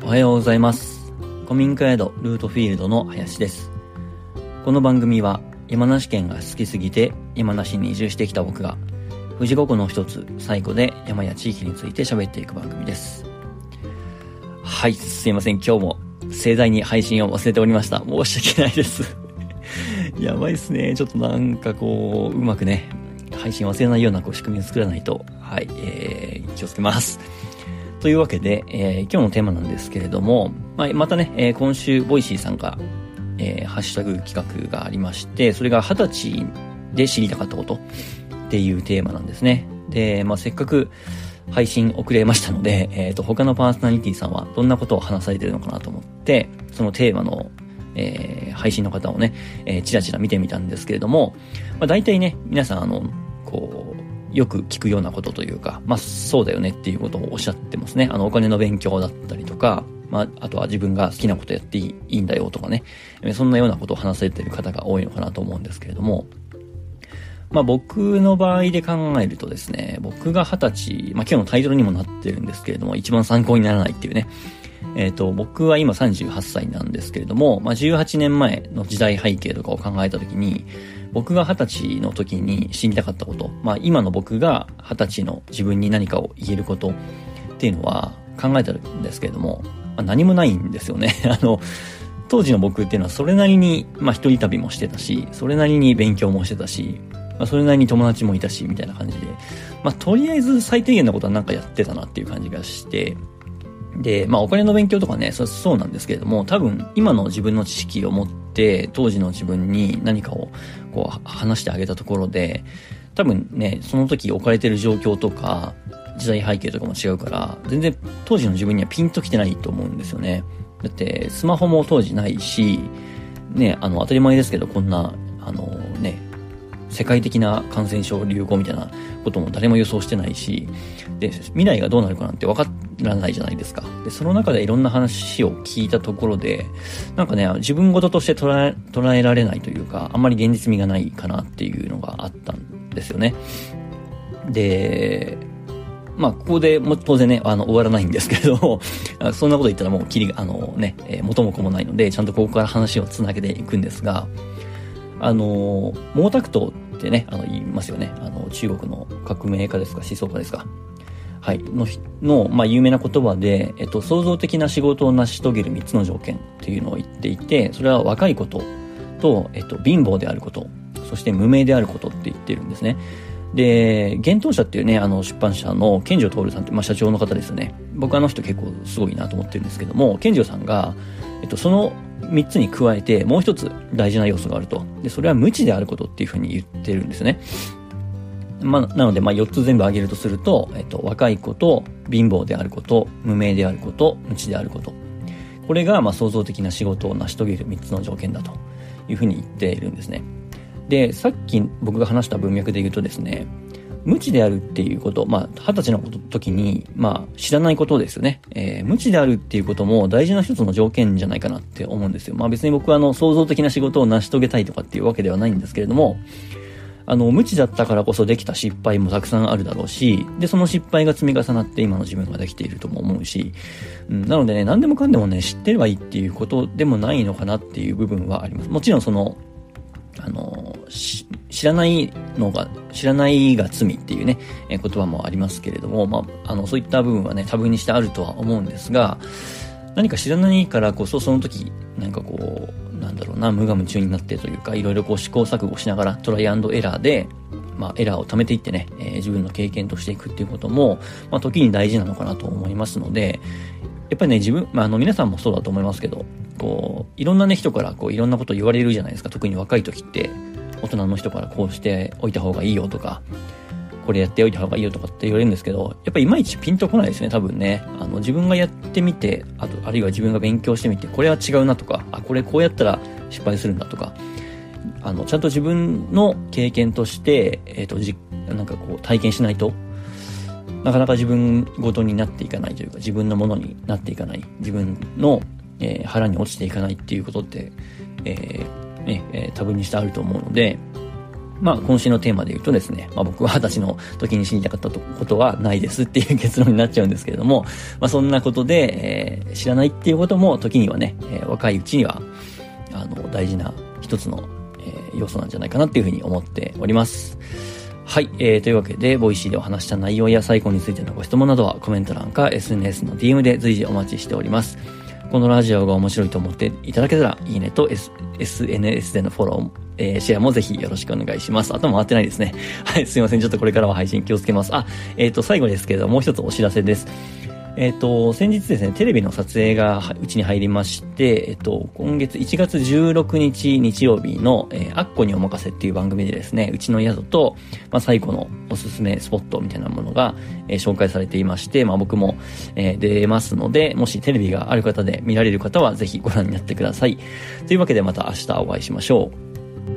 おはようございます。古民家宿ルートフィールドの林です。この番組は山梨県が好きすぎて山梨に移住してきた僕が富士五湖の一つ西湖で山や地域について喋っていく番組です。はい、すいません。今日も盛大に配信を忘れておりました。申し訳ないですやばいですね。ちょっとなんかうまくね配信忘れないような仕組みを作らないと、気をつけます。というわけで、今日のテーマなんですけれども、またね、今週ボイシーさんが、ハッシュタグ企画がありまして、それが20歳で知りたかったことっていうテーマなんですね。で、せっかく配信遅れましたので、他のパーソナリティさんはどんなことを話されてるのかなと思って、そのテーマの、配信の方をね、ちらちら見てみたんですけれども、大体ね、皆さんよく聞くようなことというか、そうだよねっていうことをおっしゃってますね。お金の勉強だったりとか、あとは自分が好きなことやっていいんだよとかね、そんなようなことを話されている方が多いのかなと思うんですけれども、僕の場合で考えるとですね、僕が20歳、今日のタイトルにもなってるんですけれども、一番参考にならないっていうね、僕は今38歳なんですけれども、18年前の時代背景とかを考えたときに、僕が20歳の時に知りたかったこと、今の僕が20歳の自分に何かを言えることっていうのは考えたんですけれども、何もないんですよね。当時の僕っていうのはそれなりに、一人旅もしてたし、それなりに勉強もしてたし、それなりに友達もいたし、みたいな感じで、とりあえず最低限のことはなんかやってたなっていう感じがして、で、お金の勉強とかね、そうなんですけれども、多分今の自分の知識を持って当時の自分に何かを話してあげたところで、多分ね、その時置かれてる状況とか時代背景とかも違うから、全然当時の自分にはピンときてないと思うんですよね。だってスマホも当時ないし、ね、当たり前ですけど、こんな世界的な感染症流行みたいなことも誰も予想してないし、で、未来がどうなるかなんて分からないじゃないですか。で、その中でいろんな話を聞いたところで、なんかね、自分事として捉えられないというか、あんまり現実味がないかなっていうのがあったんですよね。で、ここでも当然ね、終わらないんですけど、そんなこと言ったらもうキリが、元も子もないので、ちゃんとここから話をつなげていくんですが、毛沢東ってね、言いますよね。中国の革命家ですか、思想家ですか。はい。の有名な言葉で、創造的な仕事を成し遂げる3つの条件っていうのを言っていて、それは若いことと、貧乏であること、そして無名であることって言ってるんですね。で、幻冬舎っていうね、出版社の健城徹さんって、社長の方ですよね。僕人結構すごいなと思ってるんですけども、健城さんが、その3つに加えてもう一つ大事な要素があると。で、それは無知であることっていうふうに言ってるんですね。なので、4つ全部挙げるとすると、若いこと、貧乏であること、無名であること、無知であること。これが、創造的な仕事を成し遂げる3つの条件だというふうに言っているんですね。で、さっき僕が話した文脈で言うとですね、無知であるっていうこと、20歳の時に、知らないことですよね。無知であるっていうことも大事な一つの条件じゃないかなって思うんですよ。別に僕は創造的な仕事を成し遂げたいとかっていうわけではないんですけれども、無知だったからこそできた失敗もたくさんあるだろうし、で、その失敗が積み重なって今の自分ができているとも思うし、なのでね、何でもかんでもね、知ってればいいっていうことでもないのかなっていう部分はあります。もちろん知らないが罪っていうね、言葉もありますけれども、そういった部分はね、多分にしてあるとは思うんですが、何か知らないからこそその時、無我夢中になってというか、いろいろ試行錯誤しながらトライアンドエラーで、エラーを貯めていってね、自分の経験としていくっていうことも、時に大事なのかなと思いますので、やっぱりね、皆さんもそうだと思いますけど、いろんなね、人からいろんなこと言われるじゃないですか。特に若い時って、大人の人からこうしておいた方がいいよとか、これやっておいた方がいいよとかって言われるんですけど、やっぱりいまいちピンとこないですね、多分ね。自分がやってみて、あるいは自分が勉強してみて、これは違うなとか、これこうやったら失敗するんだとか、ちゃんと自分の経験として、体験しないと、なかなか自分ごとになっていかないというか、自分のものになっていかない、自分の、腹に落ちていかないっていうことって、多分にしてあると思うので、 今週のテーマで言うとですね、僕は20歳の時に知りたかったことはないですっていう結論になっちゃうんですけれども、そんなことで、知らないっていうことも時にはね、若いうちには、大事な一つの、要素なんじゃないかなっていうふうに思っております。はい、というわけで、ボイシーでお話した内容やサイコについてのご質問などはコメント欄か SNS の DM で随時お待ちしております。このラジオが面白いと思っていただけたら、いいねと、SNS でのフォロー、シェアもぜひよろしくお願いします。頭回ってないですね。はい、すいません。ちょっとこれからは配信気をつけます。最後ですけれども、もう一つお知らせです。先日ですね、テレビの撮影がうちに入りまして、今月1月16日日曜日の、アッコにお任せっていう番組でですね、うちの宿と、最後のおすすめスポットみたいなものが、紹介されていまして、僕も、出ますので、もしテレビがある方で見られる方はぜひご覧になってください。というわけでまた明日お会いしましょう。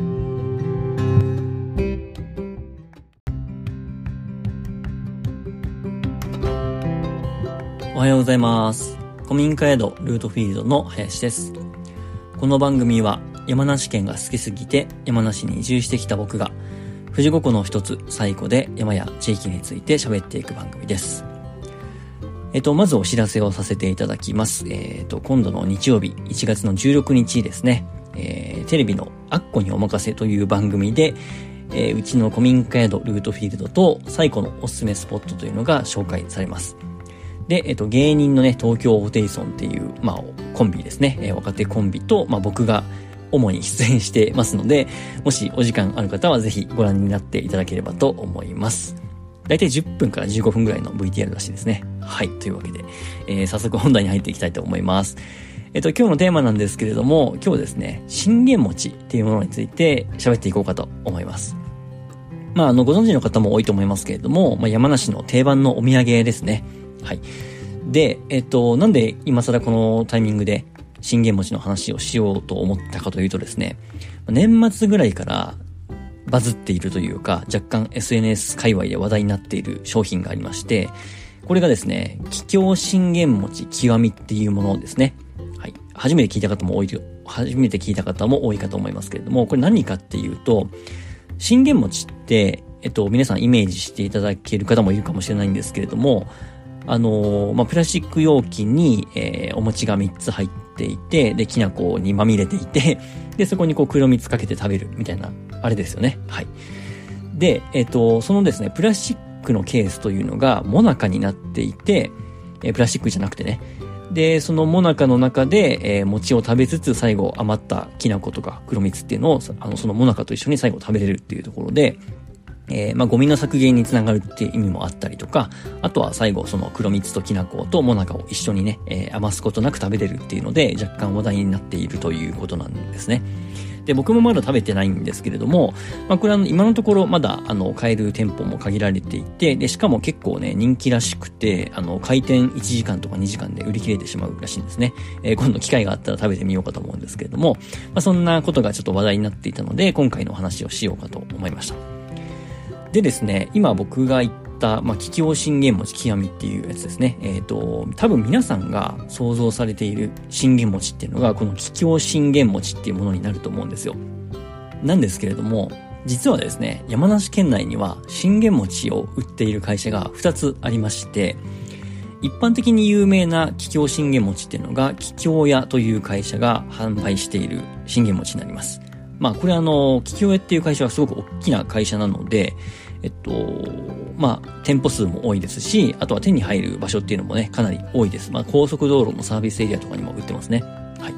おはようございます。古民家宿ルートフィールドの林です。この番組は山梨県が好きすぎて山梨に移住してきた僕が富士五湖の一つ西湖で山や地域について喋っていく番組です。まずお知らせをさせていただきます。今度の日曜日1月の16日ですね、テレビのアッコにお任せという番組で、うちの古民家宿ルートフィールドと西湖のおすすめスポットというのが紹介されます。で、芸人のね、東京ホテイソンっていう、コンビですね。若手コンビと、僕が主に出演してますので、もしお時間ある方はぜひご覧になっていただければと思います。だいたい10分から15分ぐらいの VTR らしいですね。はい。というわけで、早速本題に入っていきたいと思います。今日のテーマなんですけれども、今日ですね、信玄餅っていうものについて喋っていこうかと思います。ご存知の方も多いと思いますけれども、山梨の定番のお土産ですね。はい。で、なんで今更このタイミングで信玄餅の話をしようと思ったかというとですね、年末ぐらいからバズっているというか、若干 SNS 界隈で話題になっている商品がありまして、これがですね、桔梗信玄餅極みっていうものですね。はい。初めて聞いた方も多いかと思いますけれども、これ何かっていうと、信玄餅って、皆さんイメージしていただける方もいるかもしれないんですけれども、プラスチック容器に、お餅が3つ入っていて、で、きな粉にまみれていて、で、そこに黒蜜かけて食べるみたいな、あれですよね。はい。で、そのですね、プラスチックのケースというのが、モナカになっていて、プラスチックじゃなくてね。で、そのモナカの中で、餅を食べつつ、最後余ったきな粉とか黒蜜っていうのを、そのモナカと一緒に最後食べれるっていうところで、ゴミの削減につながるっていう意味もあったりとか、あとは最後その黒蜜ときな粉とモナカを一緒にね、余すことなく食べれるっていうので、若干話題になっているということなんですね。で、僕もまだ食べてないんですけれども、これは今のところまだ買える店舗も限られていて、で、しかも結構ね、人気らしくて、開店1時間とか2時間で売り切れてしまうらしいんですね。今度機会があったら食べてみようかと思うんですけれども、そんなことがちょっと話題になっていたので、今回のお話をしようかと思いました。でですね、今僕が言った、桔梗信玄餅極みっていうやつですね。多分皆さんが想像されている信玄餅っていうのが、この桔梗信玄餅っていうものになると思うんですよ。なんですけれども、実はですね、山梨県内には信玄餅を売っている会社が2つありまして、一般的に有名な桔梗信玄餅っていうのが、桔梗屋という会社が販売している信玄餅になります。これ桔梗屋っていう会社はすごく大きな会社なので、店舗数も多いですし、あとは手に入る場所っていうのもね、かなり多いです。高速道路のサービスエリアとかにも売ってますね。はい。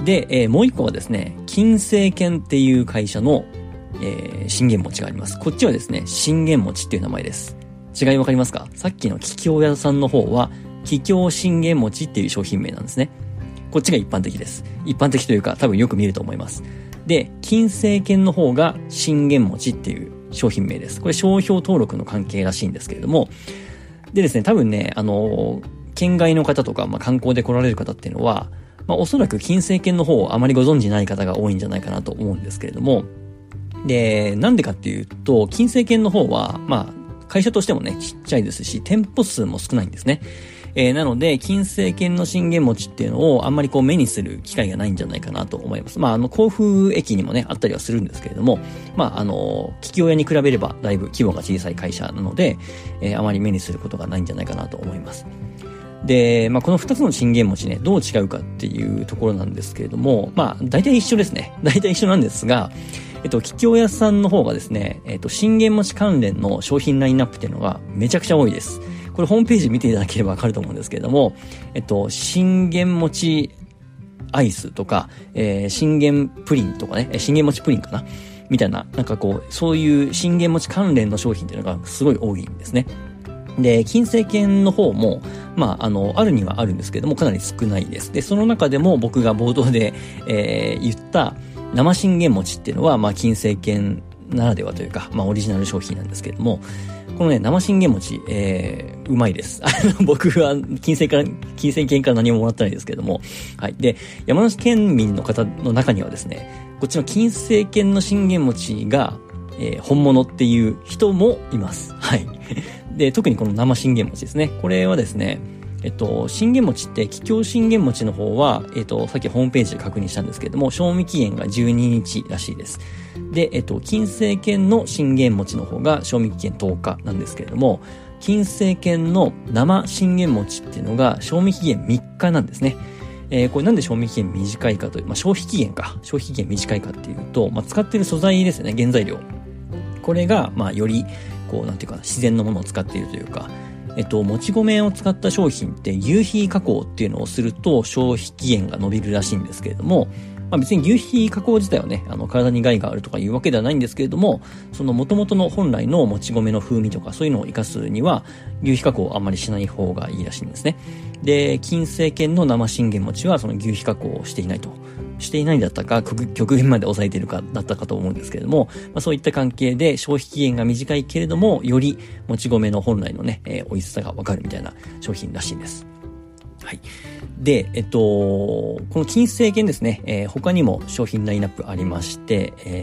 で、もう一個はですね、金精軒っていう会社の、信玄餅があります。こっちはですね、信玄餅っていう名前です。違いわかりますか？さっきの桔梗屋さんの方は、桔梗信玄餅っていう商品名なんですね。こっちが一般的です。一般的というか、多分よく見ると思います。で、金精軒の方が信玄餅っていう商品名です。これ商標登録の関係らしいんですけれども、でですね、多分ね、県外の方とか、観光で来られる方っていうのは、おそらく金精軒の方をあまりご存じない方が多いんじゃないかなと思うんですけれども、で、なんでかっていうと、金精軒の方は、会社としてもね、ちっちゃいですし、店舗数も少ないんですね。 なので、金星犬の信玄餅っていうのをあんまりこう目にする機会がないんじゃないかなと思います。甲府駅にもね、あったりはするんですけれども、桔梗屋に比べればだいぶ規模が小さい会社なので、あまり目にすることがないんじゃないかなと思います。で、この2つの信玄餅ね、どう違うかっていうところなんですけれども、大体一緒ですね。大体一緒なんですが、桔梗屋さんの方がですね、信玄餅関連の商品ラインナップっていうのがめちゃくちゃ多いです。これホームページ見ていただければわかると思うんですけれども、信玄餅アイスとか、信玄プリンとかね、信玄餅プリンかなみたいな、そういう信玄餅関連の商品っていうのがすごい多いんですね。で、金星犬の方も、あるにはあるんですけども、かなり少ないです。で、その中でも僕が冒頭で、言った生信玄餅っていうのは、金星犬ならではというか、オリジナル商品なんですけれども、このね、生信玄餅、うまいです。僕は金星犬から何ももらってないですけれども、はい。で、山梨県民の方の中にはですね、こっちの金星犬の信玄餅が、本物っていう人もいます。はい。で、特にこの生信玄餅ですね。これはですね、信玄餅って、桔梗信玄餅の方は、さっきホームページで確認したんですけれども、賞味期限が12日らしいです。で、金星犬の信玄餅の方が賞味期限10日なんですけれども、金星犬の生信玄餅っていうのが賞味期限3日なんですね。これなんで賞味期限短いかという、消費期限短いかっていうと、使ってる素材ですね、原材料。これが、より、自然のものを使っているというか、もち米を使った商品って有機加工っていうのをすると消費期限が伸びるらしいんですけれども、別に有機加工自体はね、体に害があるとかいうわけではないんですけれども、その元々の本来のもち米の風味とかそういうのを活かすには、有機加工をあんまりしない方がいいらしいんですね。で、金星犬の生信玄餅はその有機加工をしていないと。していないんだったか、極限まで抑えているかだったかと思うんですけれども、そういった関係で消費期限が短いけれども、よりもち米の本来のね、美味しさがわかるみたいな商品らしいです。はい。で、この金星犬ですね、他にも商品ラインナップありまして、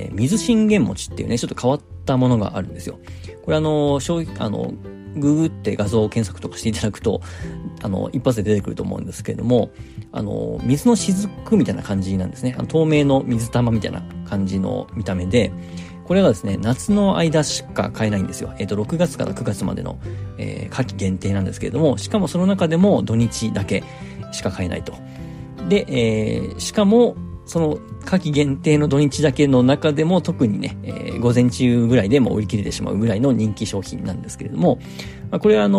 水信玄餅っていうね、ちょっと変わったものがあるんですよ。これググって画像検索とかしていただくと、一発で出てくると思うんですけれども、水の雫みたいな感じなんですね。透明の水玉みたいな感じの見た目で、これがですね、夏の間しか買えないんですよ。6月から9月までの、夏季限定なんですけれども、しかもその中でも土日だけしか買えないと。で、しかも、その夏季限定の土日だけの中でも特にね、午前中ぐらいでも売り切れてしまうぐらいの人気商品なんですけれども、これは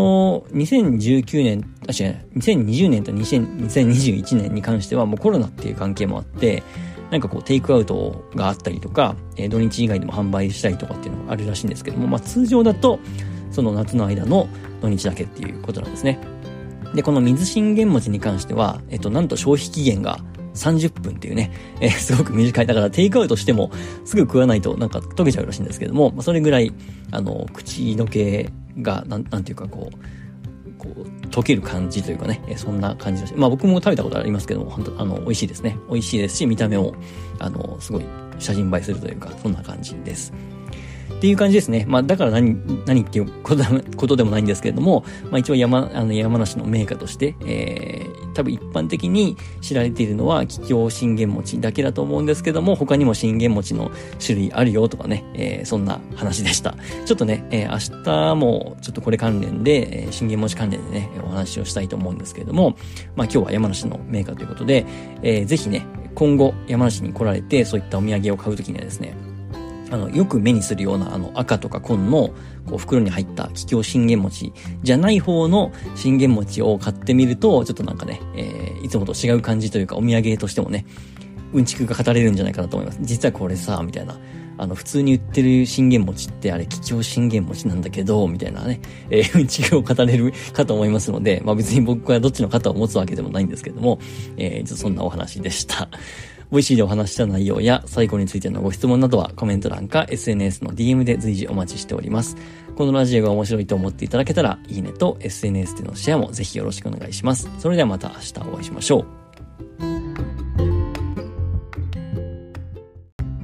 2020年と2021年に関してはもうコロナっていう関係もあって、テイクアウトがあったりとか、土日以外でも販売したりとかっていうのがあるらしいんですけども、通常だとその夏の間の土日だけっていうことなんですね。で、この水信玄餅に関しては、なんと消費期限が30分っていうね、すごく短い。だからテイクアウトしてもすぐ食わないと溶けちゃうらしいんですけども、それぐらい、口どけが、なんていうか溶ける感じというかね、そんな感じだし、僕も食べたことありますけども、本当美味しいですね。美味しいですし、見た目も、すごい写真映えするというか、そんな感じです。っていう感じですね。だから何っていうことでもないんですけれども、一応山梨の銘菓として、多分一般的に知られているのは桔梗信玄餅だけだと思うんですけども、他にも信玄餅の種類あるよとかね、そんな話でした。ちょっとね、明日もちょっとこれ関連で、信玄餅関連でね、お話をしたいと思うんですけれども、今日は山梨の銘菓ということで、ぜひね、今後山梨に来られてそういったお土産を買うときにはですね、よく目にするような赤とか紺の袋に入った桔梗信玄餅じゃない方の信玄餅を買ってみると、ちょっといつもと違う感じというか、お土産としてもね、うんちくが語れるんじゃないかなと思います。実はこれさ、みたいな。普通に売ってる信玄餅ってあれ桔梗信玄餅なんだけど、みたいなね、うんちくを語れるかと思いますので、別に僕はどっちの肩を持つわけでもないんですけども、ちょっとそんなお話でした。ボイシーでお話した内容や最後についてのご質問などはコメント欄か SNS の DM で随時お待ちしております。このラジオが面白いと思っていただけたら、いいねと SNS でのシェアもぜひよろしくお願いします。それではまた明日お会いしましょう。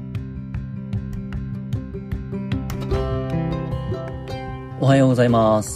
おはようございます。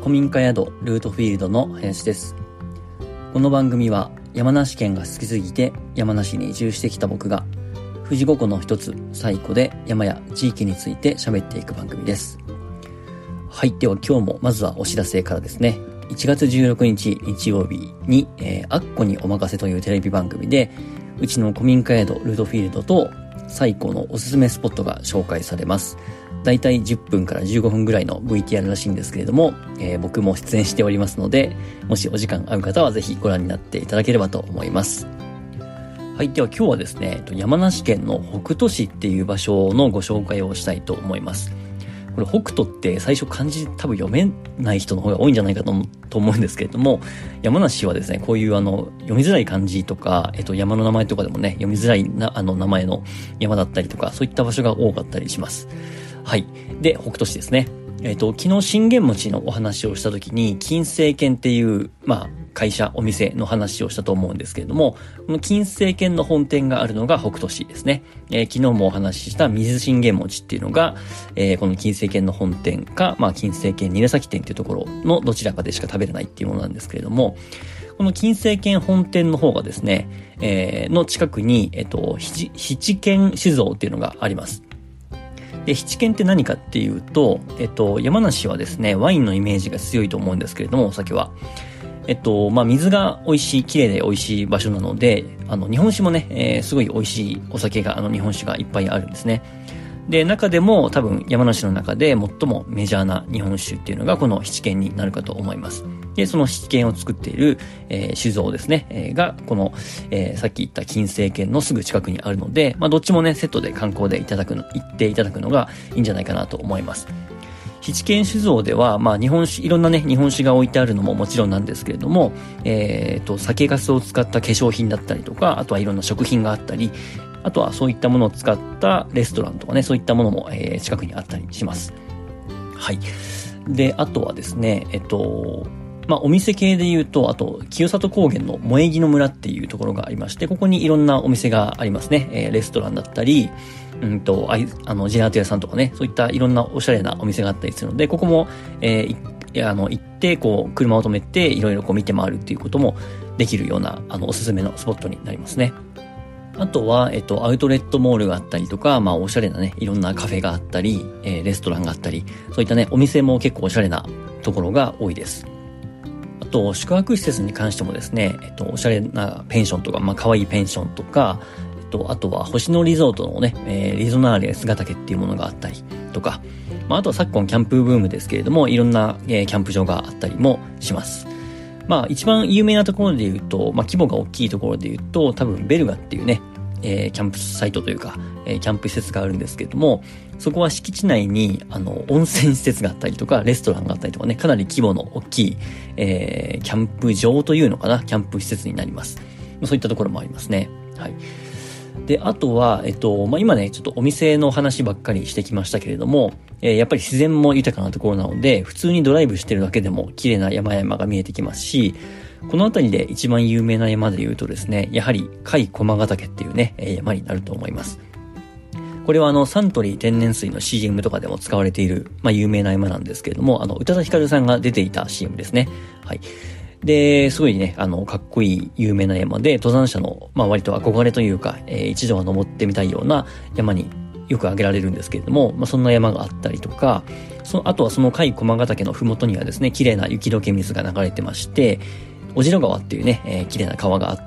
古民家宿ルートフィールドの林です。この番組は山梨県が好きすぎて山梨に移住してきた僕が富士五湖の一つ西湖で山や地域について喋っていく番組です。はい、では今日もまずはお知らせからですね。1月16日日曜日に、アッコにお任せというテレビ番組でうちの古民家宿ルートフィールドと西湖のおすすめスポットが紹介されます。だいたい10分から15分ぐらいの VTR らしいんですけれども、僕も出演しておりますので、もしお時間ある方はぜひご覧になっていただければと思います。はい、では今日はですね、山梨県の北杜市っていう場所のご紹介をしたいと思います。これ北斗って最初漢字多分読めない人の方が多いんじゃないかと思うんですけれども、山梨はですね、こういう読みづらい漢字とか、山の名前とかでもね、読みづらい名前の山だったりとか、そういった場所が多かったりします。はい。で、北杜市ですね。昨日信玄餅のお話をした時に、金精軒っていう、会社、お店の話をしたと思うんですけれども、この金精軒の本店があるのが北杜市ですね。昨日もお話しした水信玄餅っていうのが、この金精軒の本店か、金精軒韮崎店っていうところのどちらかでしか食べれないっていうものなんですけれども、この金精軒本店の方がですね、の近くに、七軒酒造っていうのがあります。で、七軒って何かっていうと、山梨はですね、ワインのイメージが強いと思うんですけれども、お酒は。水が美味しい、綺麗で美味しい場所なので、日本酒もね、すごい美味しいお酒が、日本酒がいっぱいあるんですね。で、中でも多分山梨の中で最もメジャーな日本酒っていうのがこの七軒になるかと思います。で、その七軒を作っている、酒造ですね、が、この、さっき言った金精軒のすぐ近くにあるので、どっちもね、セットで観光で行っていただくのがいいんじゃないかなと思います。七軒酒造では、日本酒、いろんなね、日本酒が置いてあるのももちろんなんですけれども、酒粕を使った化粧品だったりとか、あとはいろんな食品があったり、あとはそういったものを使ったレストランとかね、そういったものも、近くにあったりします。はい。で、あとはですね、お店系で言うと、あと、清里高原の萌木の村っていうところがありまして、ここにいろんなお店がありますね。レストランだったり、ジェラート屋さんとかね、そういったいろんなおしゃれなお店があったりするので、ここも、行って、車を止めて、いろいろ見て回るっていうこともできるような、おすすめのスポットになりますね。あとは、アウトレットモールがあったりとか、おしゃれなね、いろんなカフェがあったり、レストランがあったり、そういったね、お店も結構おしゃれなところが多いです。あと、宿泊施設に関してもですね、おしゃれなペンションとか、可愛いペンションとか、あとは星野リゾートのね、リゾナーレ菅岳っていうものがあったりとか、あとは昨今キャンプブームですけれども、いろんな、キャンプ場があったりもします。一番有名なところで言うと、規模が大きいところで言うと、多分ベルガっていうね、キャンプサイトというか、キャンプ施設があるんですけれども、そこは敷地内に、温泉施設があったりとか、レストランがあったりとかね、かなり規模の大きい、キャンプ場というのかな、キャンプ施設になります。そういったところもありますね。はい。で、あとは、今ね、ちょっとお店の話ばっかりしてきましたけれども、やっぱり自然も豊かなところなので、普通にドライブしてるだけでも綺麗な山々が見えてきますし、この辺りで一番有名な山で言うとですね、やはり甲斐駒ヶ岳っていうね、山になると思います。これはサントリー天然水の CM とかでも使われている、有名な山なんですけれども、宇多田ヒカルさんが出ていた CM ですね。はい。で、すごいね、かっこいい有名な山で、登山者の、割と憧れというか、一度は登ってみたいような山によく挙げられるんですけれども、そんな山があったりとか、あとはその甲斐駒ヶ岳のふもとにはですね、綺麗な雪解け水が流れてまして、小白川っていうね、綺麗な川があって、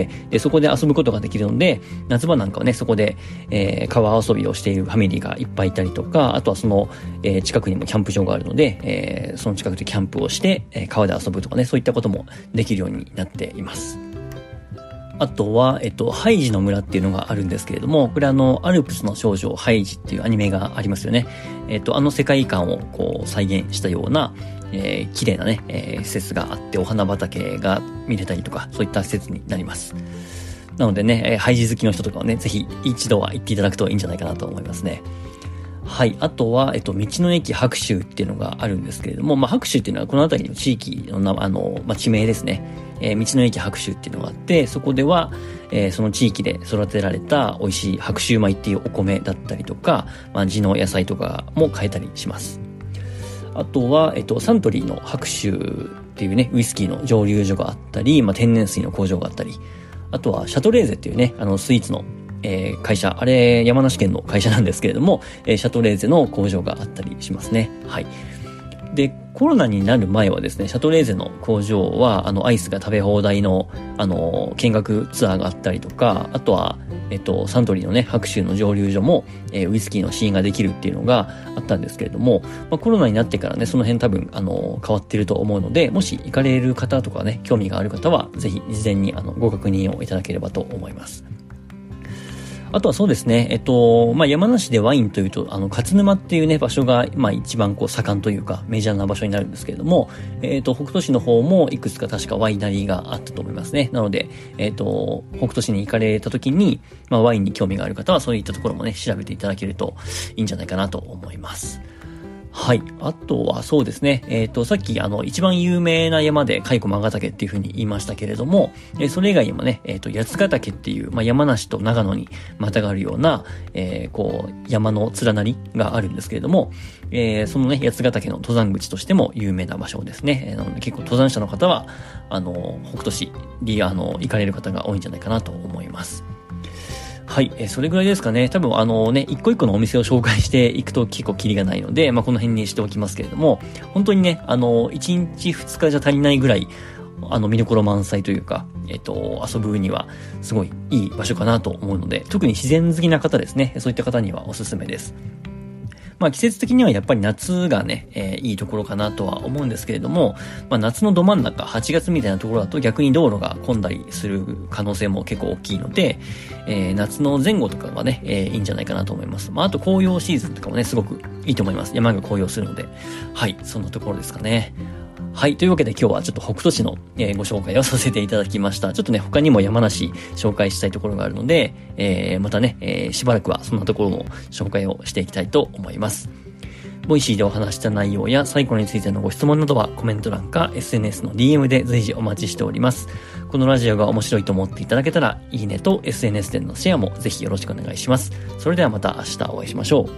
で、そこで遊ぶことができるので、夏場なんかはね、そこで、川遊びをしているファミリーがいっぱいいたりとか、あとはその、近くにもキャンプ場があるので、その近くでキャンプをして、川で遊ぶとかね、そういったこともできるようになっています。あとは、ハイジの村っていうのがあるんですけれども、これアルプスの少女ハイジっていうアニメがありますよね。世界観を再現したような、綺麗なね、施設があって、お花畑が見れたりとか、そういった施設になります。なのでね、ハイジ好きの人とかはね、ぜひ一度は行っていただくといいんじゃないかなと思いますね。はい。あとは、道の駅白州っていうのがあるんですけれども、白州っていうのはこの辺りの地域の地名ですね。道の駅白州っていうのがあって、そこでは、その地域で育てられた美味しい白州米っていうお米だったりとか、地の野菜とかも買えたりします。 あとは、サントリーの白州っていうね、ウイスキーの蒸留所があったり、天然水の工場があったり、あとはシャトレーゼっていうね、スイーツの、会社、あれ、山梨県の会社なんですけれども、シャトレーゼの工場があったりしますね。はい。で、コロナになる前はですね、シャトレーゼの工場は、アイスが食べ放題の、見学ツアーがあったりとか、あとは、サントリーのね、白州の蒸留所も、ウイスキーの試飲ができるっていうのがあったんですけれども、コロナになってからね、その辺多分、変わってると思うので、もし行かれる方とかね、興味がある方は、ぜひ事前に、ご確認をいただければと思います。あとはそうですね、山梨でワインというと、勝沼っていうね、場所が、一番盛んというか、メジャーな場所になるんですけれども、北斗市の方もいくつか確かワイナリーがあったと思いますね。なので、北斗市に行かれた時に、ワインに興味がある方は、そういったところもね、調べていただけるといいんじゃないかなと思います。はい。あとはそうですね。さっき一番有名な山で蚕間ヶ岳っていう風に言いましたけれども、それ以外にもね、八ヶ岳っていう、山梨と長野にまたがるような、山の連なりがあるんですけれども、そのね、八ヶ岳の登山口としても有名な場所ですね。結構登山者の方は、北斗市に行かれる方が多いんじゃないかなと思います。はい、それぐらいですかね。多分一個一個のお店を紹介していくと結構キリがないので、この辺にしておきますけれども、本当にね、1日2日じゃ足りないぐらい、見どころ満載というか、遊ぶにはすごいいい場所かなと思うので、特に自然好きな方ですね。そういった方にはおすすめです。季節的にはやっぱり夏がね、いいところかなとは思うんですけれども、夏のど真ん中、8月みたいなところだと逆に道路が混んだりする可能性も結構大きいので、夏の前後とかがね、いいんじゃないかなと思います。あと紅葉シーズンとかもね、すごくいいと思います。山が紅葉するので。はい、そんなところですかね。はい。というわけで今日はちょっと北斗市の、ご紹介をさせていただきました。ちょっとね、他にも山梨紹介したいところがあるので、またね、しばらくはそんなところの紹介をしていきたいと思います。ボイシーでお話した内容やサイコロについてのご質問などはコメント欄か SNS の DM で随時お待ちしております。このラジオが面白いと思っていただけたら、いいねと SNS でのシェアもぜひよろしくお願いします。それではまた明日お会いしましょう。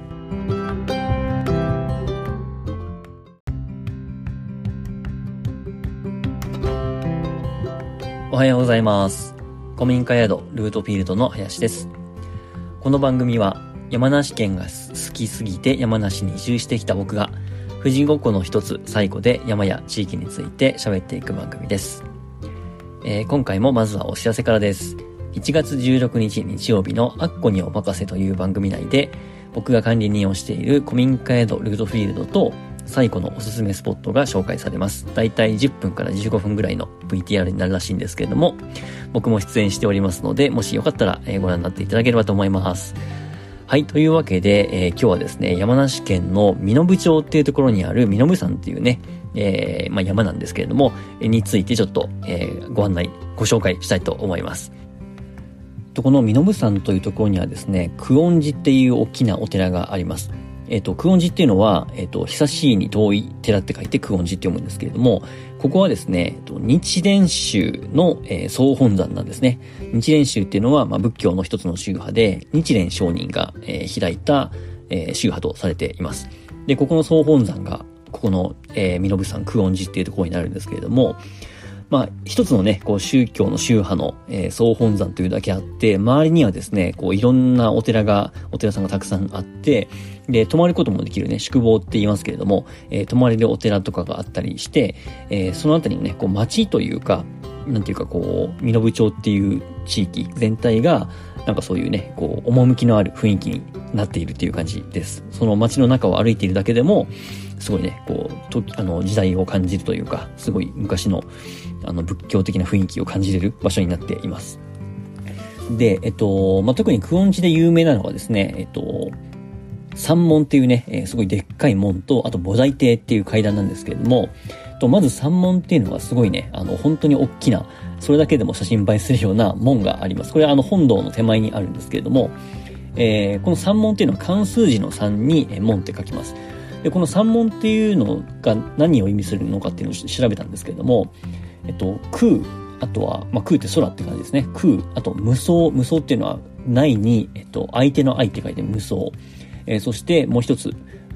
おはようございます。古民家宿ルートフィールドの林です。この番組は山梨県が好きすぎて山梨に移住してきた僕が富士五湖の一つ西湖で山や地域について喋っていく番組です。今回もまずはお知らせからです。1月16日日曜日のアッコにお任せという番組内で僕が管理人をしている古民家宿ルートフィールドと最古のおすすめスポットが紹介されます。だいたい10分から15分ぐらいの VTR になるらしいんですけれども、僕も出演しておりますので、もしよかったらご覧になっていただければと思います。はい、というわけで、今日はですね、山梨県の身延町っていうところにある身延山っていうね、山なんですけれども、についてちょっと、ご紹介したいと思います。この身延山というところにはですね、久遠寺っていう大きなお寺があります。久遠寺っていうのは、久しいに遠い寺って書いて久遠寺って読むんですけれども、ここはですね、日蓮宗の、総本山なんですね。日蓮宗っていうのは、仏教の一つの宗派で、日蓮上人が、開いた、宗派とされています。で、ここの総本山が、ここの、身延山久遠寺っていうところになるんですけれども、一つのね、宗教の宗派の、総本山というだけあって、周りにはですね、いろんなお寺さんがたくさんあって、で、泊まることもできるね、宿坊って言いますけれども、泊まれるお寺とかがあったりして、そのあたりのね、町というか、なんていうか身延町っていう地域全体が、なんかそういうね、趣のある雰囲気になっているっていう感じです。その町の中を歩いているだけでも、すごいね、時代を感じるというか、すごい昔の、仏教的な雰囲気を感じれる場所になっています。で、特に久遠寺で有名なのはですね、三門っていうね、すごいでっかい門と、あと菩提亭っていう階段なんですけれども、まず三門っていうのはすごいね、本当に大きな、それだけでも写真映えするような門があります。これは本堂の手前にあるんですけれども、この三門っていうのは漢数字の3に門って書きます。で、この三門っていうのが何を意味するのかっていうのを調べたんですけれども、空、あとは、空って空って感じですね。空、あと無双。無双っていうのは、ないに、相手の愛って書いて無双。そしてもう一つ、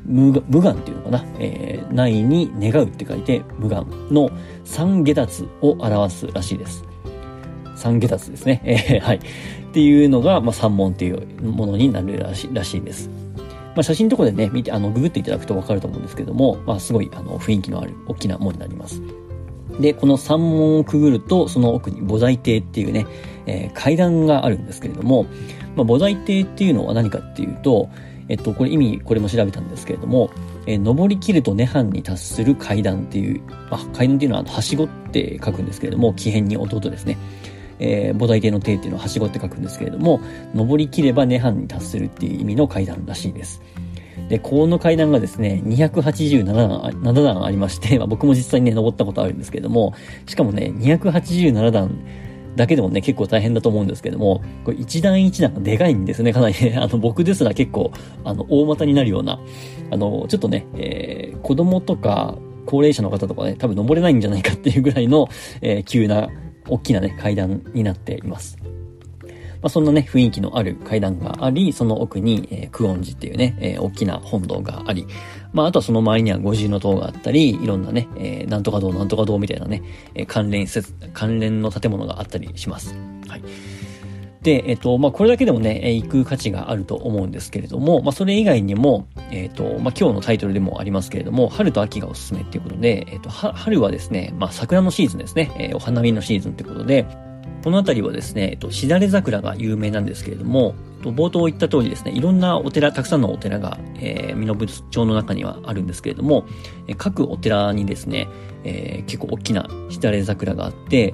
無願っていうのかな、内に願うって書いて無願の三下脱を表すらしいです。三下脱ですね。はい。っていうのが、三門っていうものになるらしいです。写真のところでね、見て、ググっていただくとわかると思うんですけども、すごい、雰囲気のある大きな門になります。で、この三門をくぐると、その奥に菩提亭っていうね、階段があるんですけれども、菩提亭っていうのは何かっていうと、これも調べたんですけれども、登り切ると涅槃に達する階段っていう、階段っていうのは、はしごって書くんですけれども、木偏に弟ですね。菩提亭の亭っていうのははしごって書くんですけれども、登り切れば涅槃に達するっていう意味の階段らしいです。で、この階段がですね、287段ありまして、僕も実際にね、登ったことあるんですけれども、しかもね、287段だけでもね、結構大変だと思うんですけども、これ一段一段がでかいんですね、かなりね。僕ですら結構、大股になるような、ちょっとね、子供とか高齢者の方とかね、多分登れないんじゃないかっていうぐらいの、急な、大きなね、階段になっています。そんなね、雰囲気のある階段があり、その奥に、久遠寺っていうね、大きな本堂があり、あとはその周りには五重塔があったり、いろんなね、なんとか堂みたいなね、関連の建物があったりします。はい。で、これだけでもね、行く価値があると思うんですけれども、それ以外にも、今日のタイトルでもありますけれども、春と秋がおすすめっていうことで、春はですね、桜のシーズンですね、お花見のシーズンってことで、この辺りはですね、しだれ桜が有名なんですけれども、冒頭言った通りですね、いろんなたくさんのお寺が、身延町の中にはあるんですけれども、各お寺にですね、結構大きなしだれ桜があって、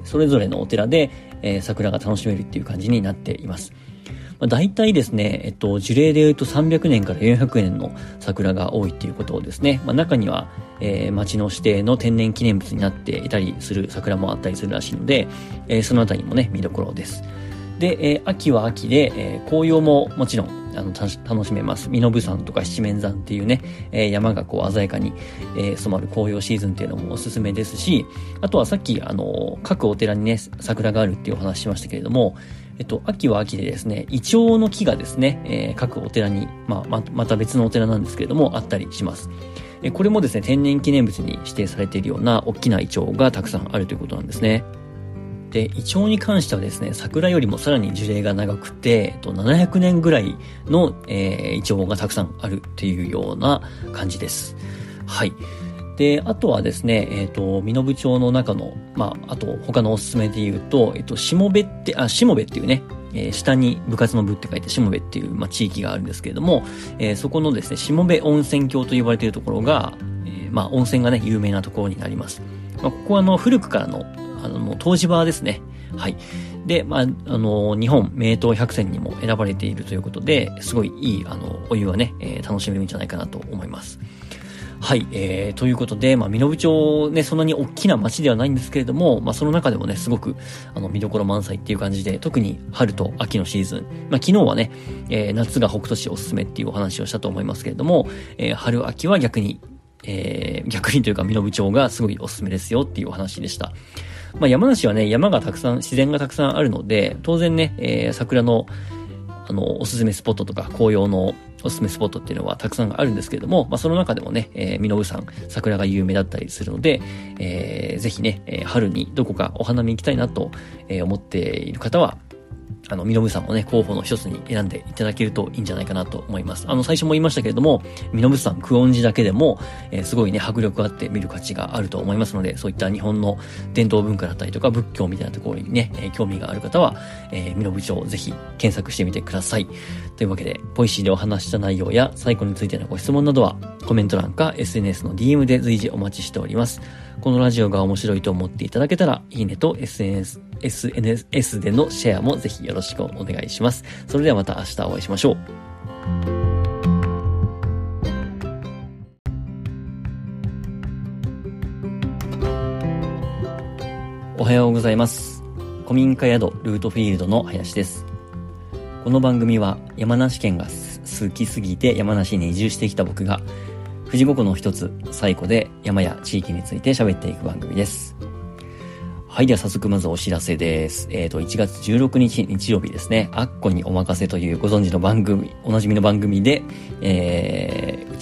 それぞれのお寺で、桜が楽しめるっていう感じになっています。大体ですね、樹齢で言うと300年から400年の桜が多いっていうことをですね、中には、町の指定の天然記念物になっていたりする桜もあったりするらしいので、そのあたりもね、見どころです。で、秋は秋で、紅葉ももちろん、楽しめます。身延山とか七面山っていうね、山がこう鮮やかに、染まる紅葉シーズンっていうのもおすすめですし、あとはさっき、各お寺にね、桜があるっていうお話しましたけれども、秋は秋でですね、イチョウの木がですね、各お寺に、また別のお寺なんですけれども、あったりします。これもですね、天然記念物に指定されているような大きなイチョウがたくさんあるということなんですね。で、イチョウに関してはですね、桜よりもさらに樹齢が長くて、700年ぐらいの、イチョウがたくさんあるっていうような感じです。はい。で、あとはですね、身延町の中の、あと他のおすすめで言うと、しもべっていうね、下に部活の部って書いてしもべっていう、地域があるんですけれども、そこのですね、しもべ温泉郷と呼ばれているところが、温泉がね、有名なところになります。ここは古くからの、湯治場ですね。はい。で、日本名湯100選にも選ばれているということで、すごいいい、お湯はね、楽しめるんじゃないかなと思います。はい、ということで、身延町ね、そんなに大きな町ではないんですけれども、その中でもね、すごく、見どころ満載っていう感じで、特に春と秋のシーズン、昨日はね、夏が北斗市おすすめっていうお話をしたと思いますけれども、春秋は逆にというか身延町がすごいおすすめですよっていうお話でした。山梨はね、自然がたくさんあるので、当然ね、桜の、おすすめスポットとか、紅葉のおすすめスポットっていうのはたくさんあるんですけれども、その中でもね、身延山、桜が有名だったりするので、ぜひね、春にどこかお花見行きたいなと、思っている方は、身延山もね、候補の一つに選んでいただけるといいんじゃないかなと思います。最初も言いましたけれども、身延山、久遠寺だけでも、すごいね、迫力あって見る価値があると思いますので、そういった日本の伝統文化だったりとか、仏教みたいなところにね、興味がある方は、身延町ぜひ検索してみてください。というわけで、ポイシーでお話した内容や、最後についてのご質問などは、コメント欄か SNS の DM で随時お待ちしております。このラジオが面白いと思っていただけたら、いいねと SNS でのシェアもぜひよろしくお願いします。それではまた明日お会いしましょう。おはようございます。古民家宿ルートフィールドの林です。この番組は山梨県が好きすぎて山梨に移住してきた僕が富士五湖の一つ西湖で山や地域について喋っていく番組です。はい。では早速まずお知らせです。1月16日日曜日ですね。アッコにお任せというご存知の番組、おなじみの番組で、うちの古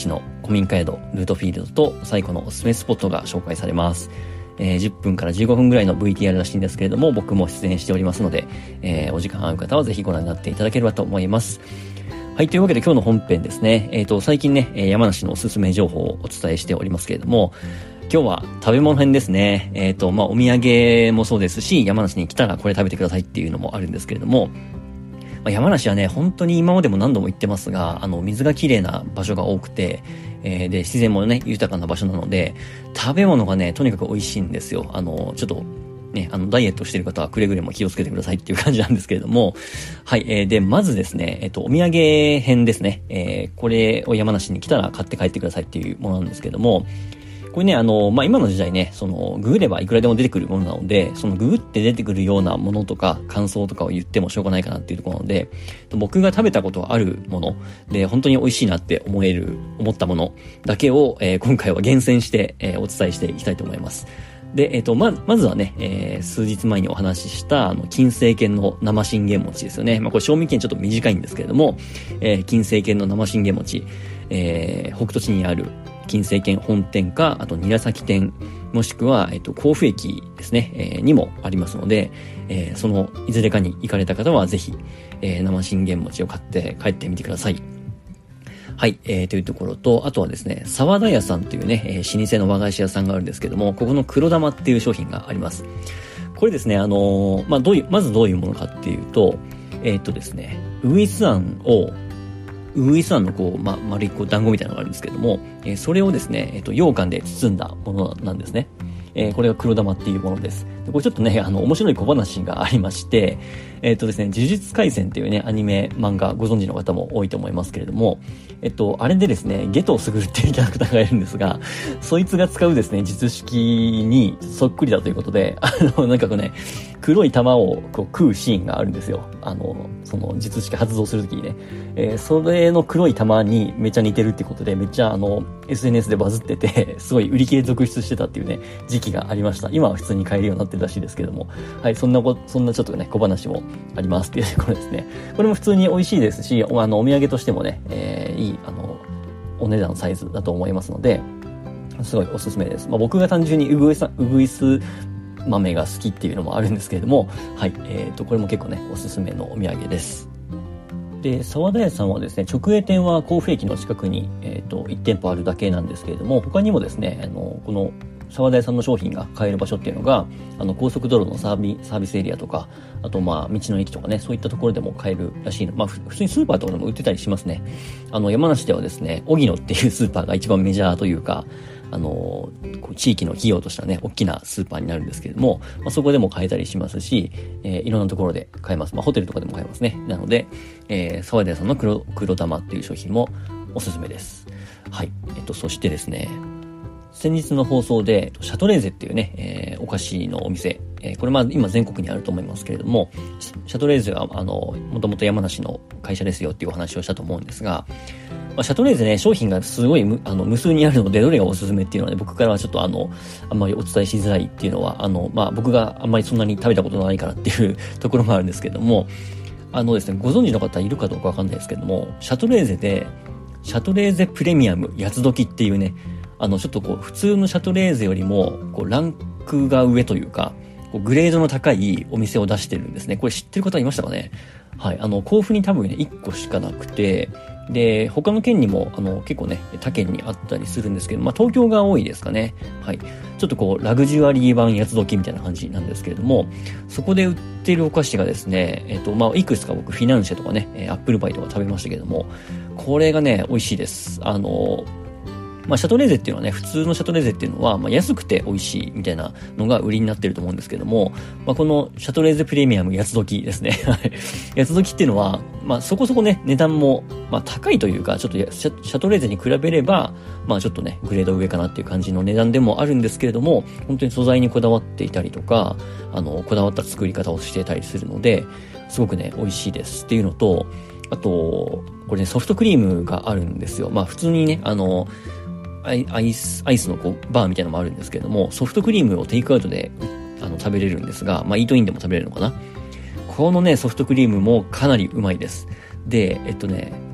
古民家宿ルートフィールドと最古のおすすめスポットが紹介されます。10分から15分ぐらいの VTR らしいんですけれども、僕も出演しておりますので、お時間合う方はぜひご覧になっていただければと思います。はい、というわけで今日の本編ですね。最近ね、山梨のおすすめ情報をお伝えしておりますけれども、今日は食べ物編ですね。お土産もそうですし、山梨に来たらこれ食べてくださいっていうのもあるんですけれども、山梨はね、本当に今までも何度も言ってますが、水が綺麗な場所が多くて、で、自然もね、豊かな場所なので、食べ物がね、とにかく美味しいんですよ。ちょっと、ね、ダイエットしてる方はくれぐれも気をつけてくださいっていう感じなんですけれども、はい、で、まずですね、お土産編ですね。これを山梨に来たら買って帰ってくださいっていうものなんですけれども、これね、今の時代ね、ググればいくらでも出てくるものなので、ググって出てくるようなものとか、感想とかを言ってもしょうがないかなっていうところなので、僕が食べたことあるもので、本当に美味しいなって思ったものだけを、今回は厳選して、お伝えしていきたいと思います。で、まずはね、数日前にお話しした、金星軒の生信玄餅ですよね。これ賞味期限ちょっと短いんですけれども、金星軒の生信玄餅、北斗地にある金星軒本店か、あと韮崎店、もしくは、甲府駅ですね、にもありますので、そのいずれかに行かれた方はぜひ、生信玄餅を買って帰ってみてください。はい、というところと、あとはですね、沢田屋さんというね、老舗の和菓子屋さんがあるんですけども、ここの黒玉っていう商品があります。これですね、まずどういうものかっていうと、ですね、ウグイスあんのこう、丸いこう団子みたいなのがあるんですけども、それをですね、羊羹で包んだものなんですね。これが黒玉っていうものです。でこれちょっとね、面白い小話がありまして、ですね、呪術廻戦っていうね、アニメ漫画ご存知の方も多いと思いますけれども、あれでですね、夏油傑っていうキャラクターがいるんですが、そいつが使うですね、術式にそっくりだということで、なんかこうね、黒い玉をこう食うシーンがあるんですよ。その術式発動するときにね、それの黒い玉にめっちゃ似てるってことで、めっちゃSNS でバズってて、すごい売り切れ続出してたっていうね、時期がありました。今は普通に買えるようになってるらしいですけども、はい、そんなちょっとね、小話もありますっていうところですね。これも普通に美味しいですし、お土産としてもね、いい、お値段サイズだと思いますので、すごいおすすめです。僕が単純にウグイス豆が好きっていうのもあるんですけれども、はい、これも結構ね、おすすめのお土産です。で、沢田屋さんはですね、直営店は甲府駅の近くに、1店舗あるだけなんですけれども、他にもですね、この沢田屋さんの商品が買える場所っていうのが、高速道路のサービスエリアとか、あと道の駅とかね、そういったところでも買えるらしいの。普通にスーパーとかでも売ってたりしますね。山梨ではですね、荻野っていうスーパーが一番メジャーというか、地域の企業としてはね、大きなスーパーになるんですけれども、そこでも買えたりしますし、いろんなところで買えます。ホテルとかでも買えますね。なので、沢田屋さんの黒玉っていう商品もおすすめです。はい。そしてですね、先日の放送で、シャトレーゼっていうね、お菓子のお店、これ今全国にあると思いますけれども、シャトレーゼは、もともと山梨の会社ですよっていうお話をしたと思うんですが、シャトレーゼね、商品がすごい無数にあるので、どれがおすすめっていうのはね、僕からはちょっとあんまりお伝えしづらいっていうのは、僕があんまりそんなに食べたことないからっていうところもあるんですけれども、ですね、ご存知の方いるかどうかわかんないですけれども、シャトレーゼで、シャトレーゼプレミアム八つ時っていうね、ちょっとこう、普通のシャトレーゼよりも、こう、ランクが上というか、こうグレードの高いお店を出してるんですね。これ知ってる方いましたかね？はい。甲府に多分ね、1個しかなくて、で、他の県にも、結構ね、他県にあったりするんですけど、東京が多いですかね。はい。ちょっとこう、ラグジュアリー版八つ時みたいな感じなんですけれども、そこで売ってるお菓子がですね、いくつか僕、フィナンシェとかね、アップルパイとか食べましたけども、これがね、美味しいです。シャトレーゼっていうのはね、普通のシャトレーゼっていうのは、安くて美味しいみたいなのが売りになってると思うんですけども、このシャトレーゼプレミアム八つ時ですね。八つ時っていうのは、そこそこね、値段も、高いというか、ちょっとシャトレーゼに比べれば、ちょっとね、グレード上かなっていう感じの値段でもあるんですけれども、本当に素材にこだわっていたりとか、こだわった作り方をしていたりするので、すごくね、美味しいですっていうのと、あと、これね、ソフトクリームがあるんですよ。普通にね、アイスのこうバーみたいなのもあるんですけれども、ソフトクリームをテイクアウトで食べれるんですが、イートインでも食べれるのかな。このね、ソフトクリームもかなりうまいです。で、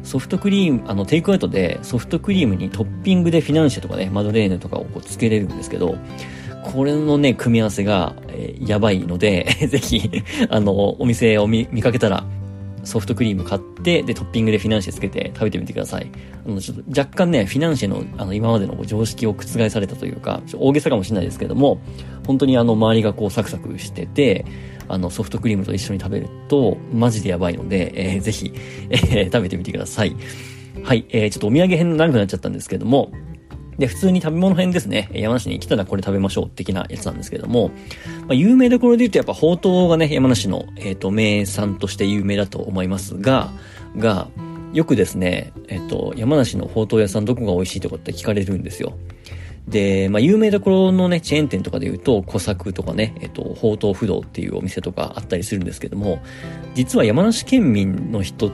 ソフトクリーム、テイクアウトでソフトクリームにトッピングでフィナンシェとかね、マドレーヌとかをこうつけれるんですけど、これのね、組み合わせが、やばいので、ぜひ、お店を見かけたら、ソフトクリーム買って、で、トッピングでフィナンシェつけて食べてみてください。ちょっと若干ね、フィナンシェの、今までの常識を覆されたというか、大げさかもしれないですけども、本当に周りがこうサクサクしてて、ソフトクリームと一緒に食べると、マジでやばいので、ぜひ、食べてみてください。はい、ちょっとお土産編長くなっちゃったんですけども、で、普通に食べ物編ですね。山梨に来たらこれ食べましょう的なやつなんですけども、有名どころで言うとやっぱほうとうがね、山梨の、名産として有名だと思いますが、よくですね、山梨のほうとう屋さんどこが美味しいとかって聞かれるんですよ。で、有名どころのね、チェーン店とかで言うと、小作とかね、ほうとう不動っていうお店とかあったりするんですけども、実は山梨県民の人って、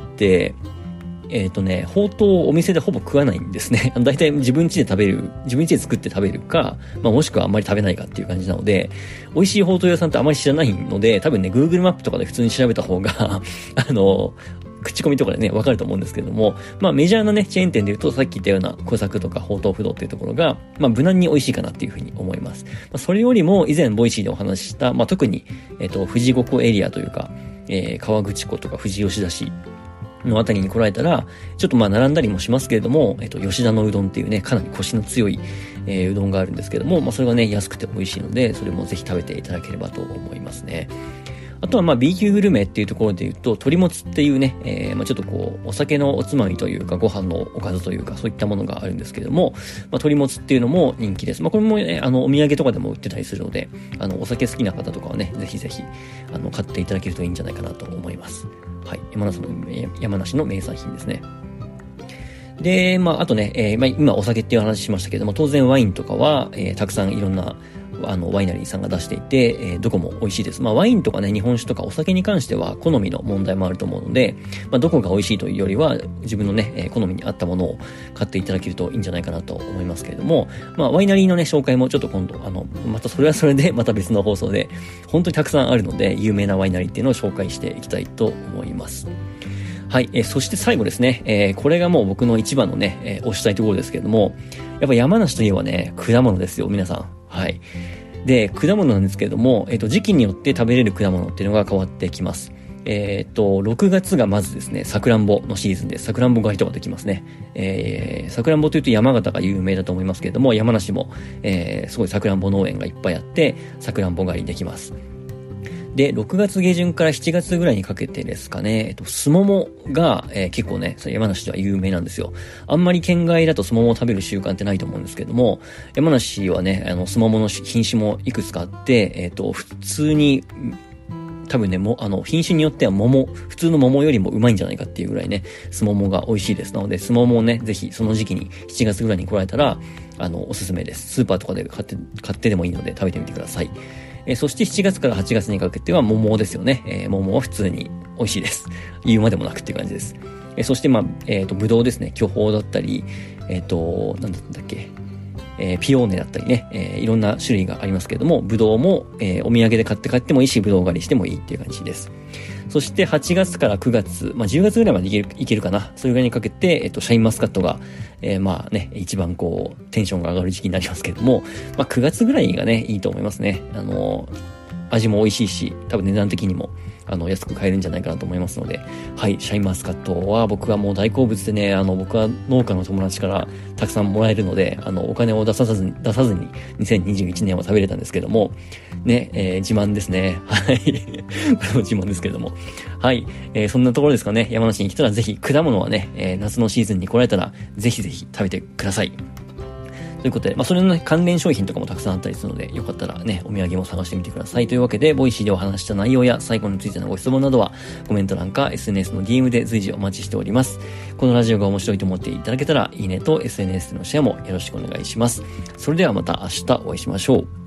ほうとうをお店でほぼ食わないんですね。だいたい自分家で作って食べるか、もしくはあんまり食べないかっていう感じなので、美味しいほうとう屋さんってあまり知らないので、多分ね、Google マップとかで普通に調べた方が、口コミとかでね、わかると思うんですけども、メジャーなね、チェーン店で言うと、さっき言ったような小作とかほうとう不動っていうところが、無難に美味しいかなっていうふうに思います。それよりも、以前ボイシーでお話しした、特に、富士五湖エリアというか、河口湖とか富士吉田市、のあたりに来られたら、ちょっと並んだりもしますけれども、吉田のうどんっていうね、かなりコシの強い、うどんがあるんですけれども、それがね、安くて美味しいので、それもぜひ食べていただければと思いますね。あとはB 級グルメっていうところで言うと、鶏もつっていうね、ちょっとこう、お酒のおつまみというか、ご飯のおかずというか、そういったものがあるんですけれども、鶏もつっていうのも人気です。これもね、お土産とかでも売ってたりするので、お酒好きな方とかはね、ぜひぜひ、買っていただけるといいんじゃないかなと思います。はい。山梨の名産品ですね。で、あとね、今お酒っていう話しましたけども、当然ワインとかは、たくさんいろんな、ワイナリーさんが出していて、どこも美味しいです。ワインとかね、日本酒とかお酒に関しては好みの問題もあると思うので、どこが美味しいというよりは、自分のね、好みに合ったものを買っていただけるといいんじゃないかなと思いますけれども、ワイナリーのね、紹介もちょっと今度、またそれはそれで、また別の放送で、本当にたくさんあるので、有名なワイナリーっていうのを紹介していきたいと思います。はい。そして最後ですね。これがもう僕の一番のね、推したいところですけれども、やっぱ山梨といえばね、果物ですよ、皆さん。はい。で、果物なんですけれども、時期によって食べれる果物っていうのが変わってきます。6月がまずですね、さくらんぼのシーズンで、さくらんぼ狩りとかできますね。さくらんぼというと山形が有名だと思いますけれども、山梨も、すごいさくらんぼ農園がいっぱいあって、さくらんぼ狩りできます。で、6月下旬から7月ぐらいにかけてですかね、すももが、結構ね、山梨では有名なんですよ。あんまり県外だとすももを食べる習慣ってないと思うんですけども、山梨はね、すももの品種もいくつかあって、普通に、多分ね、品種によっては普通の桃よりもうまいんじゃないかっていうぐらいね、すももが美味しいです。なので、すももをね、ぜひその時期に7月ぐらいに来られたら、おすすめです。スーパーとかで買ってでもいいので食べてみてください。そして7月から8月にかけては桃ですよね。桃は普通に美味しいです。言うまでもなくっていう感じです。そしてぶどうですね。巨峰だったり、なんだったっけ。ピオーネだったりね、いろんな種類がありますけれども、ぶどうも、お土産で買って帰ってもいいし、ぶどう狩りしてもいいっていう感じです。そして8月から9月、10月ぐらいまでいけるかな。それぐらいにかけて、シャインマスカットが、一番こう、テンションが上がる時期になりますけれども、9月ぐらいがね、いいと思いますね。味も美味しいし、多分値段的にも、安く買えるんじゃないかなと思いますので、はい、シャインマスカットは僕はもう大好物でね、僕は農家の友達からたくさんもらえるので、お金を出さずに2021年は食べれたんですけども、ね、自慢ですね。はい。これも自慢ですけれども。はい。そんなところですかね。山梨に来たらぜひ果物はね、夏のシーズンに来られたら、ぜひぜひ食べてください。ということで、それの、ね、関連商品とかもたくさんあったりするので、よかったらね、お土産も探してみてください。というわけで、ボイシーでお話した内容や最後についてのご質問などは、コメント欄か SNS の DM で随時お待ちしております。このラジオが面白いと思っていただけたら、いいねと SNS でのシェアもよろしくお願いします。それではまた明日お会いしましょう。